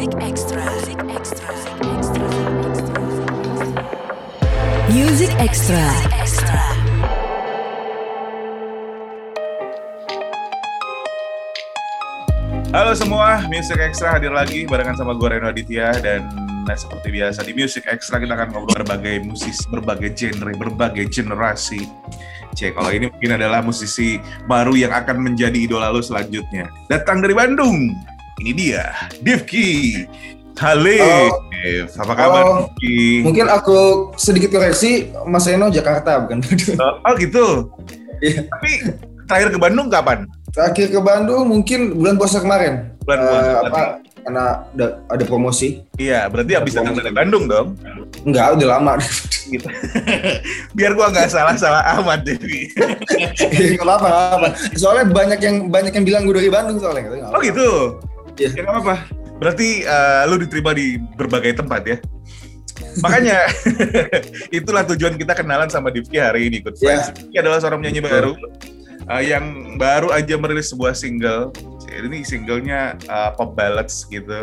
Music Extra. Music Extra. Halo semua, Music Extra hadir lagi barengan sama gue Reno Aditya. Dan seperti biasa di Music Extra kita akan ngobrol berbagai musisi, berbagai genre, berbagai generasi. Kalau ini mungkin adalah musisi baru yang akan menjadi idola lo selanjutnya. Datang dari Bandung, ini dia, Divky. Halo, Div. Apa kabar, Divky? Mungkin aku sedikit koreksi, Mas Reno Jakarta, bukan Bandung. Oh gitu? Iya. Tapi terakhir ke Bandung kapan? Terakhir ke Bandung mungkin bulan puasa kemarin. Bulan puasa. Karena ada promosi. Iya, berarti habis datang dari Bandung dong? Enggak, udah lama. Gitu. Biar gua nggak salah amat, Devi. Nggak apa-apa. Soalnya banyak yang bilang gue dari Bandung soalnya. Oh gitu? Iya. Ya nggak apa-apa. Berarti lu diterima di berbagai tempat ya? Makanya itulah tujuan kita kenalan sama Divky hari ini. Good Friends. Divky adalah seorang penyanyi baru yang baru aja merilis sebuah single. Ini singlenya pop ballads gitu.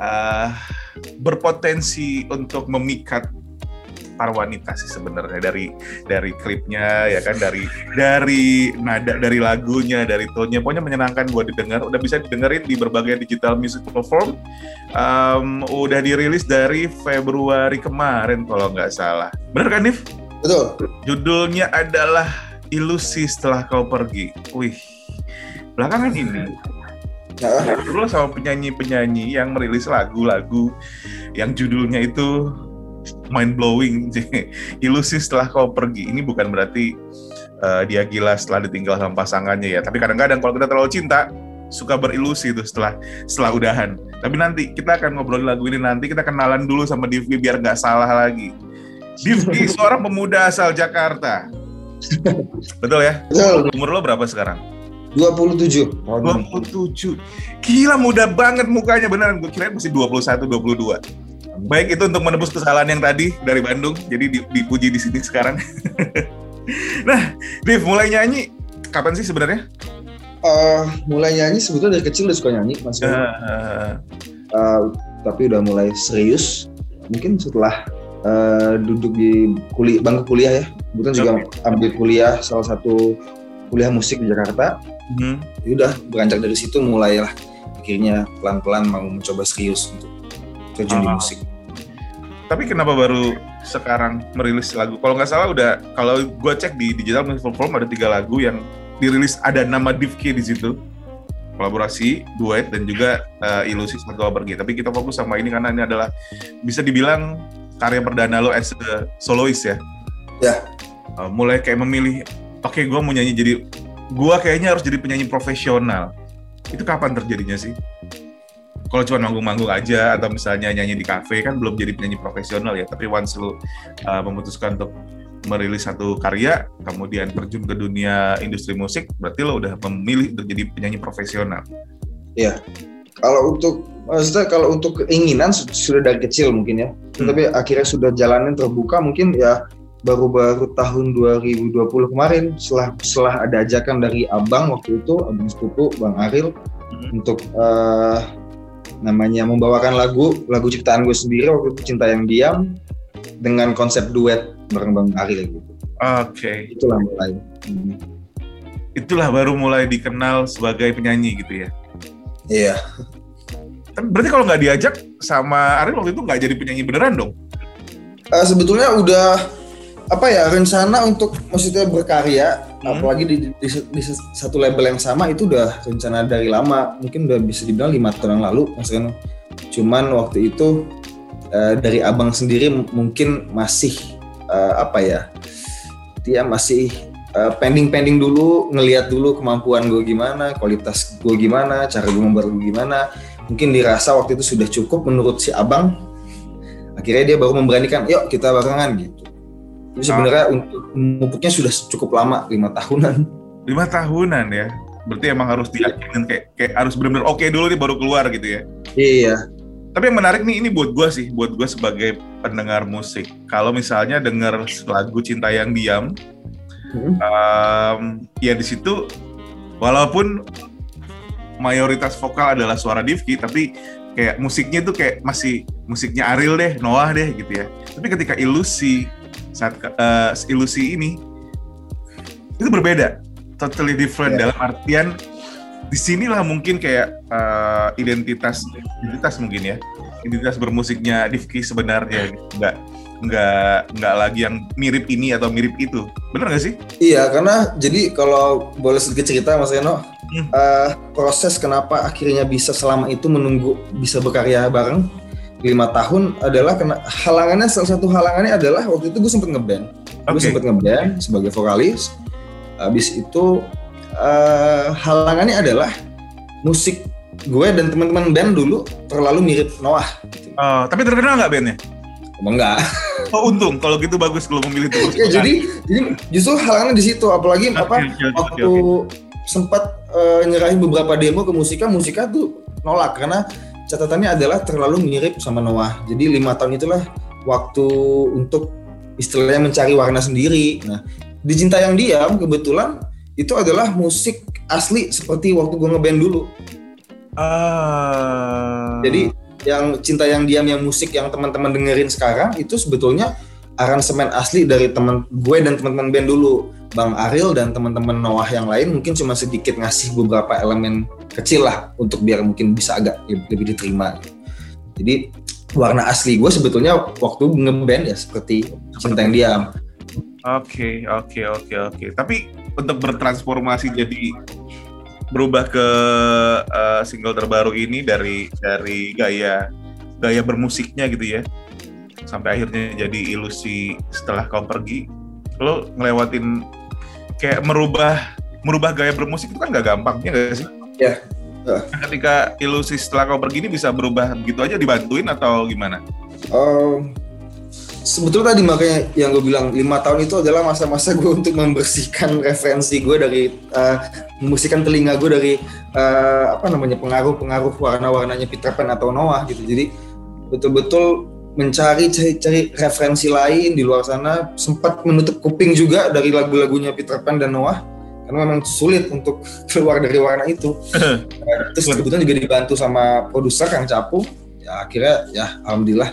Berpotensi untuk memikat para wanita sih sebenarnya, dari klipnya ya kan, dari nada, dari lagunya, dari tone-nya, pokoknya menyenangkan buat didengar. Udah bisa didengerin di berbagai digital music platform. Udah dirilis dari Februari kemarin kalau nggak salah. Bener kan, Nif? Betul. Judulnya adalah Ilusi Setelah Kau Pergi. Wih, belakangan ini ngobrol sama penyanyi-penyanyi yang merilis lagu-lagu yang judulnya itu mind blowing. Ilusi Setelah Kau Pergi. Ini bukan berarti dia gila setelah ditinggal sama pasangannya ya. Tapi kadang-kadang kalau kita terlalu cinta, suka berilusi tuh setelah udahan. Tapi nanti kita akan ngobrol lagu ini, nanti kita kenalan dulu sama Divky biar nggak salah lagi. Divky seorang pemuda asal Jakarta. Betul ya? Betul. Umur lo berapa sekarang? 27. 27. Gila, muda banget mukanya, beneran. Gue kirain masih 21, 22. Baik, itu untuk menebus kesalahan yang tadi dari Bandung. Jadi dipuji di sini sekarang. Nah, Div, mulai nyanyi kapan sih sebenarnya? Mulai nyanyi sebetulnya dari kecil udah suka nyanyi, Mas. Tapi udah mulai serius mungkin setelah duduk di bangku kuliah ya. Kebetulan juga ambil kuliah, salah satu kuliah musik di Jakarta. Ya udah, beranjak dari situ mulailah akhirnya pelan-pelan mau mencoba serius untuk terjun di musik. Tapi kenapa baru sekarang merilis lagu? Kalau nggak salah udah, kalau gue cek di digital music platform ada 3 lagu yang dirilis, ada nama Divky di situ, kolaborasi, duet, dan juga Ilusi Setelah Kau Pergi. Tapi kita fokus sama ini karena ini adalah bisa dibilang karya perdana lo as a soloist ya. Ya. Mulai kayak memilih, oke, gue mau nyanyi, jadi gue kayaknya harus jadi penyanyi profesional. Itu kapan terjadinya sih? Kalau cuma manggung-manggung aja atau misalnya nyanyi di kafe kan belum jadi penyanyi profesional ya. Tapi once lu memutuskan untuk merilis satu karya, kemudian terjun ke dunia industri musik, berarti lo udah memilih untuk jadi penyanyi profesional. Iya. Kalau untuk keinginan sudah dari kecil mungkin ya. Tapi akhirnya sudah jalannya terbuka mungkin ya baru tahun 2020 kemarin, setelah ada ajakan dari abang waktu itu, abang sepupu Bang Aril, untuk namanya membawakan lagu ciptaan gue sendiri waktu itu, Cinta Yang Diam, dengan konsep duet bareng Bang Aril gitu. Oke. Itulah mulai. Itulah baru mulai dikenal sebagai penyanyi gitu ya. Iya. Berarti kalau nggak diajak sama Aril waktu itu nggak jadi penyanyi beneran dong? Sebetulnya udah rencana untuk maksudnya berkarya, apalagi di satu label yang sama, itu udah rencana dari lama, mungkin udah bisa dibilang 5 tahun yang lalu, Mas Reno. Cuman waktu itu dari abang sendiri mungkin masih dia masih pending dulu, ngelihat dulu kemampuan gue gimana, kualitas gue gimana, cara gue membuat gue gimana. Mungkin dirasa waktu itu sudah cukup menurut si abang. Akhirnya dia baru memberanikan, yuk kita barengan gitu. Jadi sebenarnya untuk memupuknya sudah cukup lama, 5 tahunan. 5 tahunan ya? Berarti emang harus diyakinin kayak harus benar-benar oke dulu nih baru keluar gitu ya? Iya. Tapi yang menarik nih, ini buat gue sebagai pendengar musik. Kalau misalnya denger lagu Cinta Yang Diam, ya di situ walaupun mayoritas vokal adalah suara Divky, tapi kayak musiknya tuh kayak masih musiknya Ariel deh, Noah deh gitu ya. Tapi ketika Ilusi saat Ilusi ini itu berbeda, totally different dalam artian disinilah mungkin kayak identitas mungkin ya, identitas bermusiknya Rifky sebenarnya nggak lagi yang mirip ini atau mirip itu, benar nggak sih? Iya, karena jadi kalau boleh sedikit cerita Mas Eno, proses kenapa akhirnya bisa selama itu menunggu bisa berkarya bareng 5 tahun adalah karena salah satu halangannya adalah waktu itu gue sempat ngeband, sebagai vokalis. Habis itu halangannya adalah musik gue dan teman-teman band dulu terlalu mirip Noah. Gitu. Tapi terkenal nggak bandnya? Enggak. Oh untung, kalau gitu bagus kalau memilih terus. Ya, jadi justru halangannya di situ, apalagi waktu sempat nyerahin beberapa demo ke Musika tuh nolak karena catatannya adalah terlalu mirip sama Noah. Jadi 5 tahun itulah waktu untuk istilahnya mencari warna sendiri. Nah, di Cinta Yang Diam kebetulan itu adalah musik asli seperti waktu gue ngeband dulu. Jadi yang Cinta Yang Diam, yang musik yang teman-teman dengerin sekarang itu sebetulnya aransemen asli dari teman gue dan teman-teman band dulu, Bang Ariel dan teman-teman Noah yang lain mungkin cuma sedikit ngasih beberapa elemen kecil lah untuk biar mungkin bisa agak lebih diterima. Jadi warna asli gue sebetulnya waktu ngeband ya seperti Cinta Yang Diam. Oke. Tapi untuk bertransformasi jadi berubah ke single terbaru ini dari gaya bermusiknya gitu ya, sampai akhirnya jadi Ilusi Setelah Kau Pergi, lo ngelewatin kayak merubah gaya bermusik itu kan nggak gampang, ya nggak sih? Ya. Ketika Ilusi Setelah Kau Pergi ini bisa berubah begitu aja, dibantuin atau gimana? Sebetulnya tadi makanya yang gue bilang 5 tahun itu adalah masa-masa gue untuk membersihkan referensi gue dari membersihkan telinga gue dari pengaruh warna-warnanya Peter Pan atau Noah gitu. Jadi betul-betul cari referensi lain di luar sana, sempat menutup kuping juga dari lagu-lagunya Peter Pan dan Noah karena memang sulit untuk keluar dari warna itu. Terus kebetulan juga dibantu sama produser Kang Capu, ya akhirnya ya alhamdulillah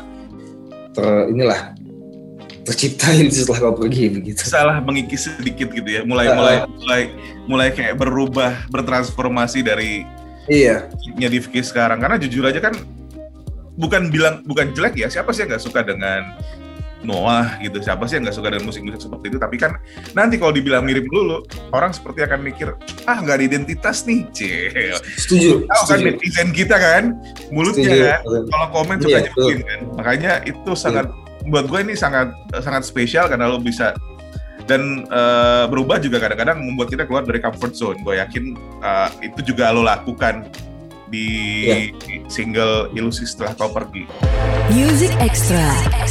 tercipta Ilusi Setelah Kau Pergi begitu. Salah mengikis sedikit gitu ya, mulai kayak bertransformasi dari musiknya Rifky sekarang. Karena jujur aja kan bukan jelek ya, siapa sih yang nggak suka dengan Noah gitu, siapa sih yang nggak suka dengan musik-musik seperti itu. Tapi kan nanti kalau dibilang mirip dulu, orang seperti akan mikir nggak ada identitas nih. Setuju. Kan netizen kita kan mulutnya kan, kalau komen suka nyebutin kan. Makanya itu sangat buat gue ini sangat spesial karena lo bisa dan berubah juga kadang-kadang membuat kita keluar dari comfort zone. Gue yakin itu juga lo lakukan di single Ilusi Setelah Kau Pergi. Music Extra.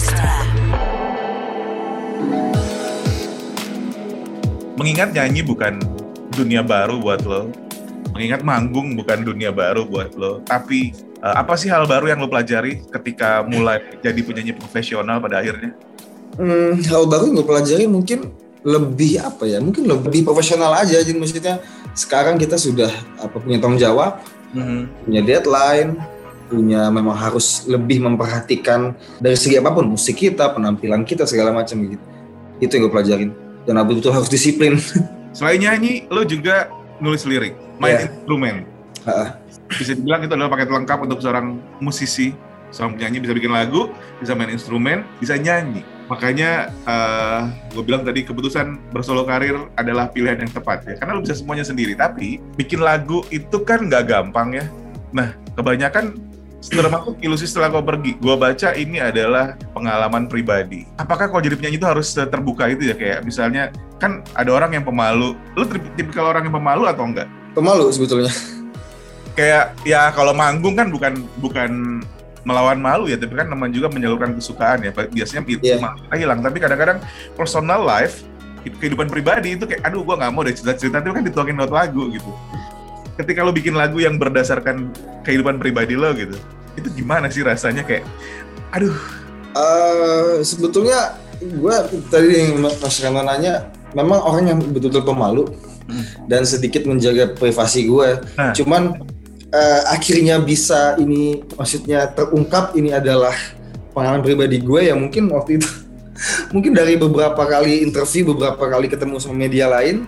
Mengingat nyanyi bukan dunia baru buat lo, mengingat manggung bukan dunia baru buat lo, tapi apa sih hal baru yang lo pelajari ketika mulai jadi penyanyi profesional pada akhirnya? Hal baru yang gue pelajari mungkin lebih profesional aja. Jadi maksudnya sekarang kita sudah punya tanggung jawab, punya deadline, memang harus lebih memperhatikan dari segi apapun musik kita, penampilan kita segala macam gitu. Itu yang gue pelajarin dan betul-betul harus disiplin. Selain nyanyi, lo juga nulis lirik, main instrumen. Bisa dibilang itu adalah paket lengkap untuk seorang musisi, seorang penyanyi, bisa bikin lagu, bisa main instrumen, bisa nyanyi. Makanya gue bilang tadi keputusan bersolo karir adalah pilihan yang tepat ya, karena lo bisa semuanya sendiri. Tapi bikin lagu itu kan nggak gampang ya. Nah kebanyakan termasuk Ilusi Setelah Kau Pergi, gue baca ini adalah pengalaman pribadi. Apakah kalau jadi penyanyi itu harus terbuka itu ya, kayak misalnya kan ada orang yang pemalu, lo tipikal orang yang pemalu atau enggak? Pemalu sebetulnya. Kayak ya kalau manggung kan bukan melawan malu ya, tapi kan namanya juga menyalurkan kesukaan ya. Biasanya itu kita hilang, tapi kadang-kadang personal life, kehidupan pribadi itu kayak aduh gue nggak mau deh cerita-cerita itu kan dituangin lewat lagu gitu. Ketika lo bikin lagu yang berdasarkan kehidupan pribadi lo gitu, itu gimana sih rasanya kayak aduh? Sebetulnya gue tadi Mas Rano nanya, memang orang yang betul-betul pemalu dan sedikit menjaga privasi gue. Cuman akhirnya bisa ini, maksudnya terungkap ini adalah pengalaman pribadi gue ya, mungkin waktu itu mungkin dari beberapa kali interview, beberapa kali ketemu sama media lain,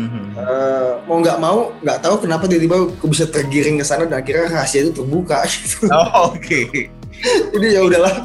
mau nggak tahu kenapa tiba-tiba gue bisa tergiring ke sana dan akhirnya rahasia itu terbuka gitu. Oke. Jadi ya udahlah.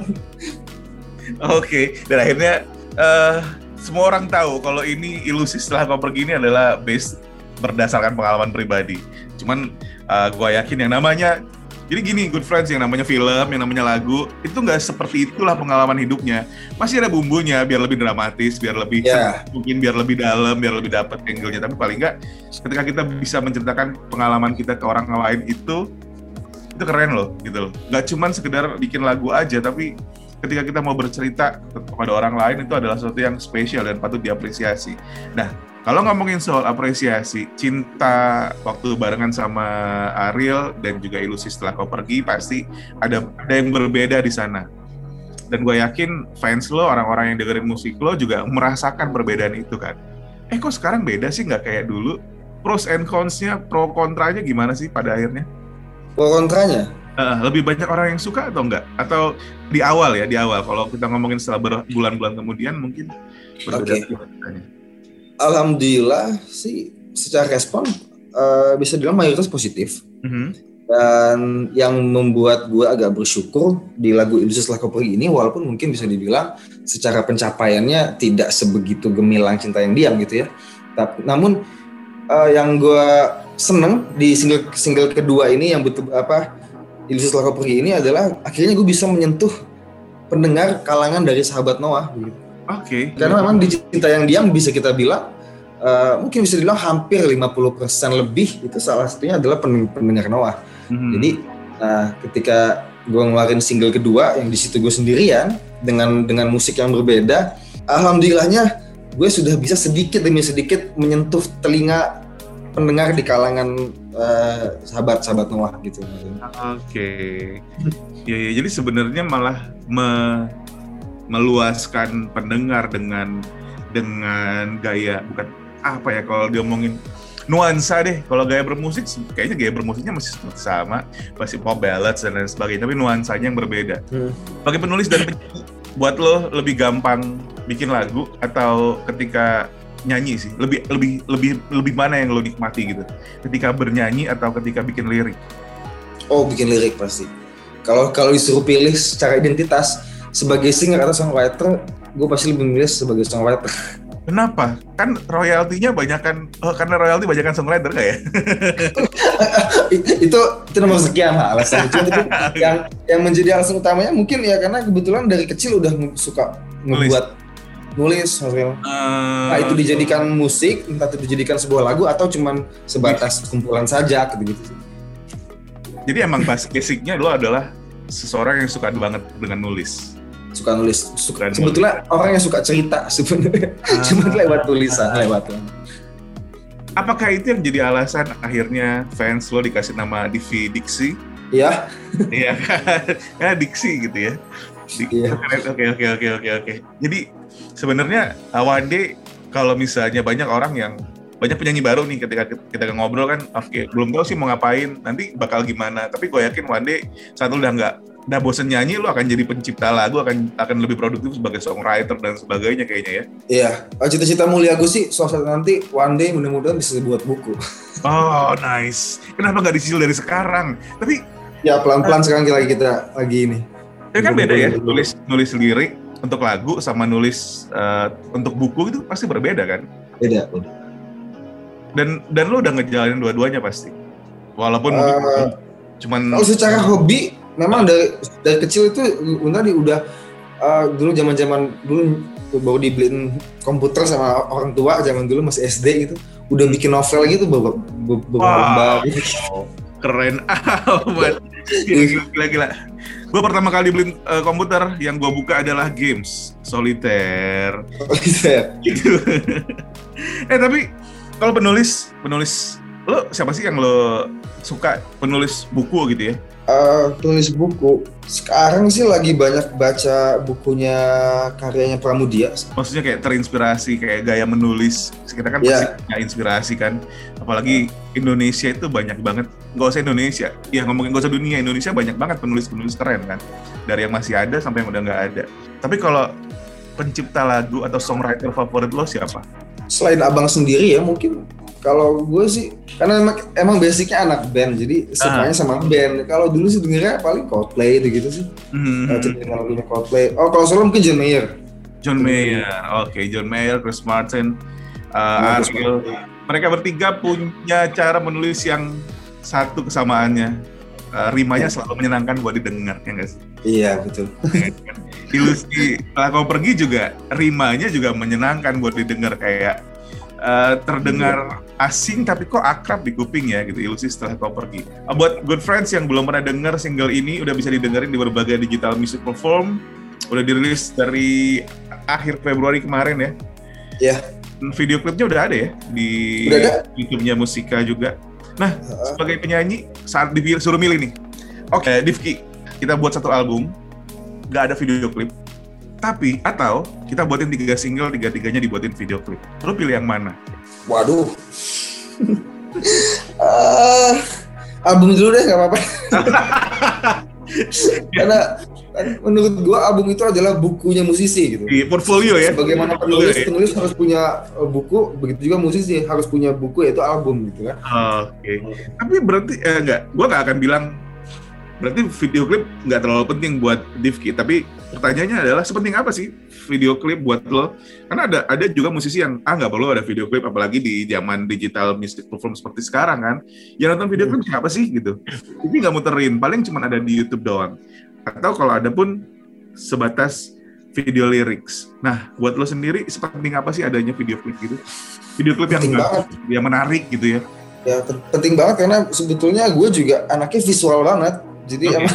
Oke. Dan akhirnya semua orang tahu kalau ini Ilusi Setelah Kau Pergi ini adalah based berdasarkan pengalaman pribadi. Cuman gue yakin yang namanya, jadi gini, Good Friends, yang namanya film, yang namanya lagu, itu nggak seperti itulah pengalaman hidupnya. Masih ada bumbunya, biar lebih dramatis, biar lebih mungkin biar lebih dalam, biar lebih dapat angle-nya. Tapi paling nggak, ketika kita bisa menceritakan pengalaman kita ke orang lain itu keren loh, gitu loh. Nggak cuman sekedar bikin lagu aja, tapi ketika kita mau bercerita kepada orang lain itu adalah sesuatu yang spesial dan patut diapresiasi. Nah, kalau ngomongin soal apresiasi, cinta waktu barengan sama Ariel dan juga Ilusi Setelah Kau Pergi pasti ada yang berbeda di sana. Dan gue yakin fans lo, orang-orang yang dengerin musik lo juga merasakan perbedaan itu kan. Kok sekarang beda sih, nggak kayak dulu? Pros and cons-nya, pro kontranya gimana sih pada akhirnya? Pro kontranya? Lebih banyak orang yang suka atau enggak? Atau di awal. Kalau kita ngomongin setelah berbulan-bulan kemudian mungkin berbeda. Okay. Alhamdulillah sih secara respon bisa dibilang mayoritas positif. Dan yang membuat gue agak bersyukur di lagu Ilusi Setelah Kau Pergi ini, walaupun mungkin bisa dibilang secara pencapaiannya tidak sebegitu gemilang Cinta Yang Diam gitu ya. Namun yang gue seneng di single kedua ini yang Ilusi Setelah Kau Pergi ini adalah akhirnya gue bisa menyentuh pendengar kalangan dari sahabat Noah gitu. Oke. Karena memang di Cinta Yang Diam bisa kita bilang mungkin bisa dibilang hampir 50% lebih itu salah satunya adalah pendengar Noah. Jadi ketika gue ngeluarin single kedua yang di situ gue sendirian dengan musik yang berbeda, alhamdulillahnya gue sudah bisa sedikit demi sedikit menyentuh telinga pendengar di kalangan sahabat-sahabat Noah gitu. Oke. Ya, jadi sebenarnya malah meluaskan pendengar dengan gaya, bukan apa ya, kalau diomongin nuansa deh. Kalau gaya bermusik, kayaknya gaya bermusiknya masih sama, pasti pop ballads dan lain sebagainya, tapi nuansanya yang berbeda. Bagi penulis dan penyanyi, buat lo lebih gampang bikin lagu atau ketika nyanyi sih? Lebih mana yang lo nikmati gitu? Ketika bernyanyi atau ketika bikin lirik? Oh, bikin lirik pasti. Kalau disuruh pilih secara identitas sebagai singer atau songwriter, gue pasti lebih memilih sebagai songwriter. Kenapa? Kan royaltinya banyakan, karena royalti banyakan songwriter nggak ya? itu nomor sekian alasan. Cuma yang menjadi alasan utamanya mungkin ya karena kebetulan dari kecil udah suka ngebuat nulis. Nah itu dijadikan musik, entah itu dijadikan sebuah lagu atau cuman sebatas kumpulan saja gitu. Jadi emang basicnya lo adalah seseorang yang suka banget dengan nulis. Suka nulis. Sebetulnya orang yang suka cerita sebenarnya. Cuma lewat tulisan, Apakah itu yang jadi alasan akhirnya fans lo dikasih nama Divi Diksi? Iya. Iya kan? Diksi gitu ya. Iya. Oke. Jadi sebenarnya one day kalau misalnya banyak penyanyi baru nih, ketika kita ngobrol kan, belum tahu sih mau ngapain, nanti bakal gimana. Tapi gue yakin one day saat lo udah bosen nyanyi, lo akan jadi pencipta lagu, akan lebih produktif sebagai songwriter dan sebagainya kayaknya ya. Iya, cita-cita mulia gue sih suatu nanti one day mudah-mudahan bisa buat buku. Oh nice. Kenapa nggak dicicil dari sekarang? Tapi ya pelan-pelan sekarang kita lagi ini. Ya kan beda ya, nulis lirik untuk lagu sama nulis untuk buku itu pasti berbeda kan? Beda. Dan lo udah ngejalanin dua-duanya pasti. Walaupun mungkin cuman kalau secara hobi memang dari kecil itu tadi udah dulu zaman dulu baru dibeliin komputer sama orang tua, zaman dulu masih SD gitu, udah bikin novel gitu beberapa lembar gitu. Keren amat. Gila. Gue pertama kali beli komputer yang gue buka adalah games soliter. Gitu. Tapi kalau penulis lo siapa sih yang lo suka penulis buku gitu ya? Tulis buku. Sekarang sih lagi banyak baca bukunya karyanya Pramudia. Maksudnya kayak terinspirasi, kayak gaya menulis. Kita kan pasti punya inspirasi kan. Apalagi Indonesia itu banyak banget. Nggak usah Indonesia. Ya ngomongin nggak usah dunia. Indonesia banyak banget penulis-penulis keren kan. Dari yang masih ada sampai yang udah nggak ada. Tapi kalau pencipta lagu atau songwriter favorit lo siapa? Selain abang sendiri ya mungkin. Kalau gue sih, karena emang basicnya anak band, jadi sukanya sama band. Kalau dulu sih dengernya paling Coldplay gitu sih. Dengar lagunya Coldplay. Oh, kalau solo mungkin John Mayer. John Mayer, oke. John Mayer, Chris Martin, Ariel. Mereka bertiga punya cara menulis yang satu kesamaannya. Rimanya selalu menyenangkan buat didengar, ya nggak sih? Iya, betul. Ilusi Setelah Kau Pergi juga, rimanya juga menyenangkan buat didengar, kayak terdengar asing tapi kok akrab di kuping ya gitu. Ilusi Setelah Kau Pergi. Buat good friends yang belum pernah denger single ini, udah bisa didengerin di berbagai digital music platform. Udah dirilis dari akhir Februari kemarin ya. Iya. Video klipnya udah ada ya di YouTube-nya Musika juga. Nah, sebagai penyanyi saat disuruh milih nih. Oke, Divki, kita buat satu album, nggak ada video klip. Tapi, atau kita buatin 3 single, 3-3-nya dibuatin video klip. Lo pilih yang mana? Waduh. Album dulu deh, nggak apa-apa. Karena menurut gua album itu adalah bukunya musisi gitu. Di portfolio ya? Bagaimana penulis harus punya buku, begitu juga musisi harus punya buku, yaitu album gitu kan. Oke. Tapi berarti, gua nggak akan bilang berarti video klip nggak terlalu penting buat Divki, tapi pertanyaannya adalah sepenting apa sih video klip buat lo? Karena ada juga musisi yang nggak perlu ada video klip, apalagi di zaman digital music platform seperti sekarang kan. Yang nonton video klip siapa sih gitu? Tapi nggak muterin, paling cuma ada di YouTube doang. Atau kalau ada pun sebatas video lyrics. Nah, buat lo sendiri sepenting apa sih adanya video klip gitu? Video klip yang menarik gitu ya? Ya penting banget karena sebetulnya gue juga anaknya visual banget. Jadi emang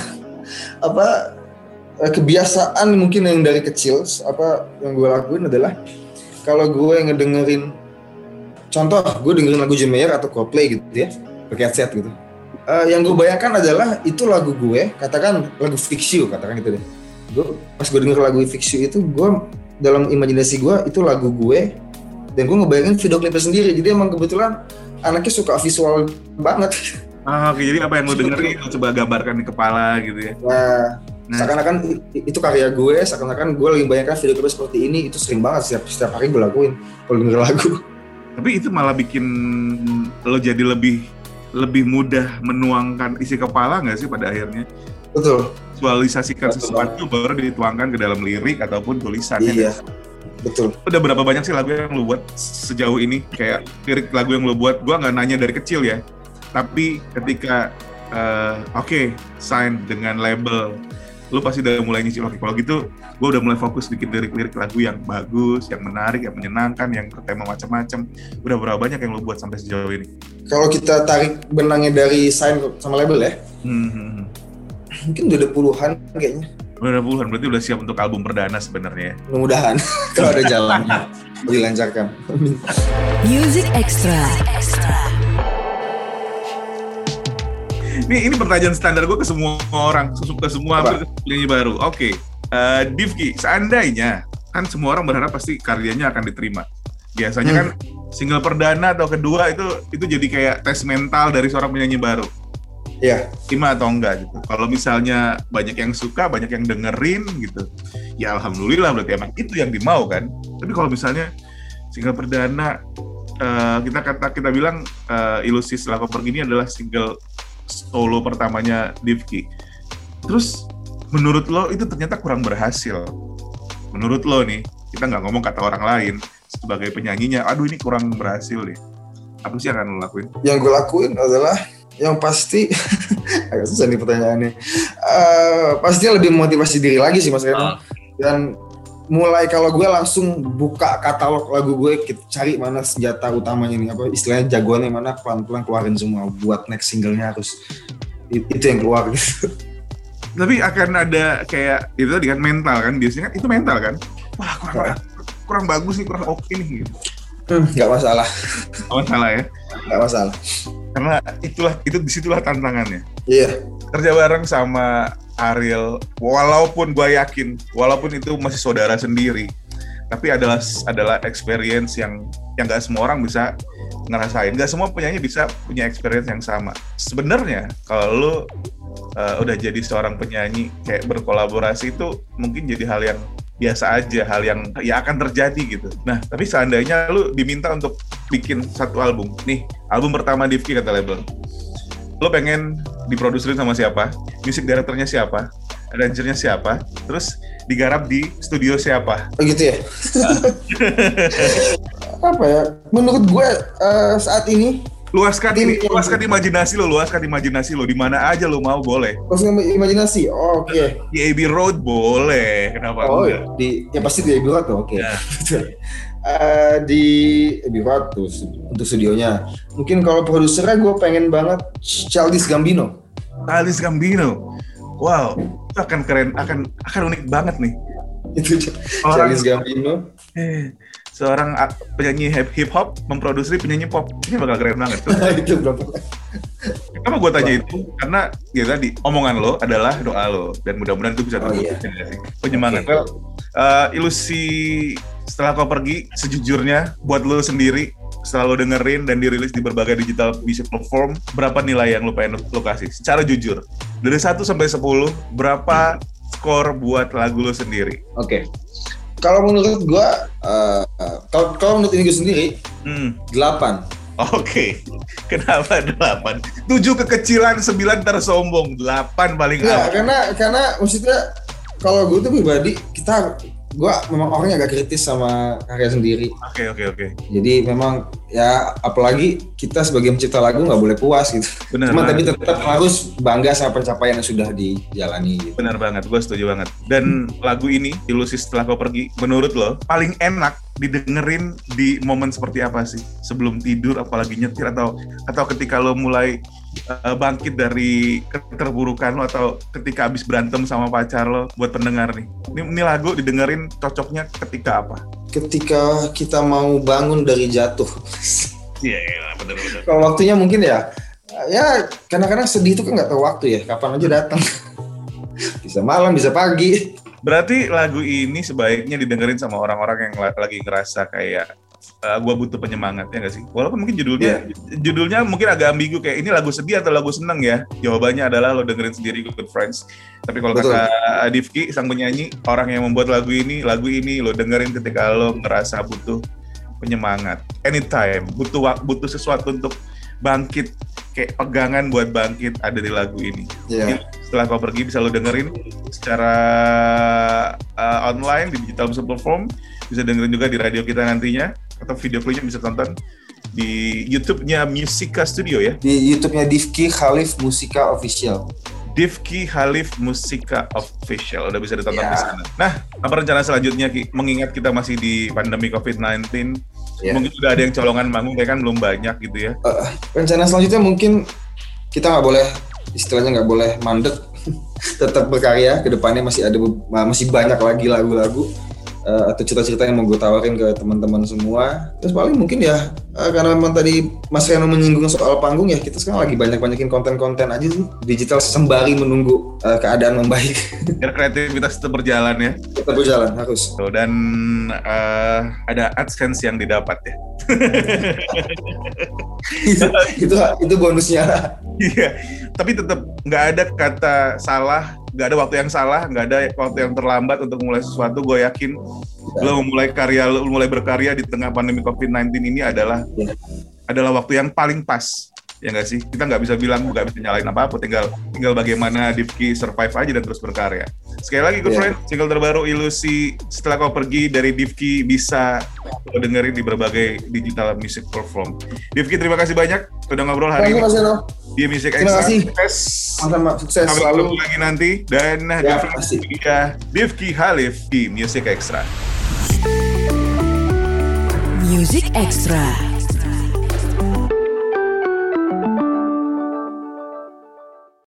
kebiasaan mungkin yang dari kecil yang gue lakuin adalah kalau gue ngedengerin, contoh gue dengerin lagu John Mayer atau Coldplay gitu ya, pakai headset gitu. Yang gue bayangkan adalah itu lagu gue, katakan lagu Fix You, katakan gitu deh. Pas gue denger lagu Fix You itu, gue dalam imajinasi gue itu lagu gue, dan gue ngebayangin video klipnya sendiri. Jadi emang kebetulan anaknya suka visual banget. Oke, jadi apa yang lo dengerin lo coba gambarkan di kepala gitu ya. Nah, seakan-akan itu karya gue, seakan-akan gue lagi bayangkan video klip seperti ini, itu sering banget setiap hari gue lakuin kalau denger lagu. Tapi itu malah bikin lo jadi lebih mudah menuangkan isi kepala nggak sih pada akhirnya? Betul. Visualisasikan sesuatu baru dituangkan ke dalam lirik ataupun tulisan. Iya. Betul. Udah berapa banyak sih lagu yang lo buat sejauh ini? Kayak lirik lagu yang lo buat, gue nggak nanya dari kecil ya. Tapi ketika sign dengan label, lu pasti udah mulai nyicil, oke kalau gitu gue udah mulai fokus bikin lirik-lirik lagu yang bagus, yang menarik, yang menyenangkan, yang bertema macam-macam. Udah berapa banyak yang lu buat sampai sejauh ini? Kalau kita tarik benangnya dari sign sama label ya, mungkin udah puluhan kayaknya. Udah puluhan, berarti udah siap untuk album perdana sebenarnya. Mudah-mudahan kalau ada jalannya dilancarkan. Music Extra. Ini pertanyaan standar gue ke semua orang, ke semua penyanyi baru. Oke. Divki, seandainya kan semua orang berharap pasti karyanya akan diterima. Biasanya kan single perdana atau kedua itu jadi kayak tes mental dari seorang penyanyi baru. Iya. Terima atau enggak gitu. Kalau misalnya banyak yang suka, banyak yang dengerin gitu, ya alhamdulillah berarti emang itu yang dimau kan. Tapi kalau misalnya single perdana, kita bilang Ilusi Setelah Kau Pergi ini adalah single solo pertamanya Divki. Terus menurut lo itu ternyata kurang berhasil. Menurut lo nih, kita nggak ngomong kata orang lain, sebagai penyanyinya, aduh ini kurang berhasil deh. Apa sih yang akan lo lakuin? Yang gue lakuin adalah, yang pasti, agak susah nih pertanyaannya, pastinya lebih memotivasi diri lagi sih Mas Reno. Dan mulai kalau gue langsung buka katalog lagu gue, kita cari mana senjata utamanya nih, apa istilahnya jagoannya mana, pelan-pelan keluarin semua buat next single-nya harus itu yang keluar gitu. Tapi akan ada kayak itu tadi kan mental kan, biasanya kan itu mental kan, wah kurang bagus nih, kurang oke nih gitu. Nggak masalah. Nggak masalah ya? Nggak masalah. Karena disitulah tantangannya. Iya. Kerja bareng sama Ariel, walaupun gue yakin, walaupun itu masih saudara sendiri, tapi adalah experience yang nggak semua orang bisa ngerasain. Nggak semua penyanyi bisa punya experience yang sama. Sebenarnya kalau lu udah jadi seorang penyanyi, kayak berkolaborasi itu mungkin jadi hal yang biasa aja, hal yang ya akan terjadi gitu. Nah, tapi seandainya lu diminta untuk bikin satu album, nih album pertama Divky kata label, lu pengen diproduserin sama siapa, music directornya siapa, arrangernya siapa, terus digarap di studio siapa? Oh gitu ya? Apa ya? Menurut gue saat ini luaskan imajinasi lo, di mana aja lo mau boleh. Luaskan imajinasi, oke. Di Abbey Road boleh, kenapa enggak? Ya pasti di Abbey Road tuh, oke. Ya. Di Abbey Road tuh untuk studionya. Mungkin kalau produsernya gue pengen banget Childish Gambino. Wow, itu akan keren, akan unik banget nih. Itu Childish Gambino. Seorang penyanyi hip hop memproduksi penyanyi pop, ini bakal keren banget tuh. Itu berapa? Kenapa gue tanya itu? Karena ya tadi omongan lo adalah doa lo, dan mudah-mudahan itu bisa penyemangat. Okay. Ilusi setelah kau pergi, sejujurnya buat lo sendiri, setelah lo dengerin dan dirilis di berbagai digital music platform, berapa nilai yang lo pengen lo kasih? Secara jujur, dari 1 sampai 10, berapa skor buat lagu lo sendiri? Oke. Kalau menurut gue, kalau menurut ini gue sendiri, 8. Oke. Kenapa 8? 7 kekecilan, 9 tersombong, 8 paling awal. Karena maksudnya kalau gue tuh pribadi, gue memang orangnya agak kritis sama karya sendiri. Oke. Jadi memang ya apalagi kita sebagai pencipta lagu nggak boleh puas gitu. Tapi tetap harus bangga sama pencapaian yang sudah dijalani. Gitu. Benar banget, gue setuju banget. Dan lagu ini, Ilusi Setelah Kau Pergi, menurut lo paling enak didengerin di momen seperti apa sih? Sebelum tidur, apalagi nyetir atau ketika lo mulai bangkit dari keterburukan lo, atau ketika abis berantem sama pacar lo? Buat pendengar nih, ini lagu didengerin cocoknya ketika apa? Ketika kita mau bangun dari jatuh. Iya, bener. Kalau waktunya mungkin ya kadang-kadang sedih itu kan nggak tahu waktu ya, kapan aja datang. Bisa malam, bisa pagi. Berarti lagu ini sebaiknya didengerin sama orang-orang yang lagi ngerasa kayak gue butuh penyemangat, ya nggak sih? Walaupun mungkin judulnya mungkin agak ambigu, kayak ini lagu sedih atau lagu seneng ya? Jawabannya adalah lo dengerin sendiri, Good Friends. Tapi kalau kata Divky, sang penyanyi, orang yang membuat lagu ini lo dengerin ketika lo ngerasa butuh penyemangat. Anytime, butuh sesuatu untuk bangkit, kayak pegangan buat bangkit, ada di lagu ini. Yeah. Setelah Kau Pergi bisa lo dengerin secara online di digital music platform, bisa dengerin juga di radio kita nantinya, atau video klipnya bisa tonton di YouTube-nya Musica Studio ya. Di YouTube-nya Divky Khalif Musica Official. Divky Khalif Musica Official, udah bisa ditonton di sana. Nah, apa rencana selanjutnya, Ki? Mengingat kita masih di pandemi COVID-19, mungkin udah ada yang colongan manggung, kayak kan belum banyak gitu ya. Rencana selanjutnya mungkin kita nggak boleh mandek, tetap berkarya. Kedepannya masih banyak lagi lagu-lagu atau cerita-cerita yang mau gue tawarin ke teman-teman semua. Terus paling mungkin ya, karena memang tadi Mas Reno menyinggung soal panggung ya, kita sekarang lagi banyakin konten-konten aja sih digital sembari menunggu keadaan membaik. Biar kreativitas tetap berjalan ya. Tetap berjalan harus. Dan ada AdSense yang didapat ya. itu bonusnya. Iya, tapi tetap nggak ada kata salah, nggak ada waktu yang salah, nggak ada waktu yang terlambat untuk mulai sesuatu. Gue yakin lo mulai berkarya di tengah pandemi COVID-19 ini adalah waktu yang paling pas. Ya nggak sih? Kita nggak bisa bilang, nggak bisa nyalain apa-apa, tinggal bagaimana Divky survive aja dan terus berkarya. Sekali lagi, Good Friend, single terbaru Ilusi Setelah Kau Pergi dari Divky bisa lo dengerin di berbagai digital music platform. Divky, terima kasih banyak sudah ngobrol hari ini di Music Extra. Terima kasih. Sama sukses sampai selalu lagi nanti, dan Divky Khalif di Music Extra. Music Extra.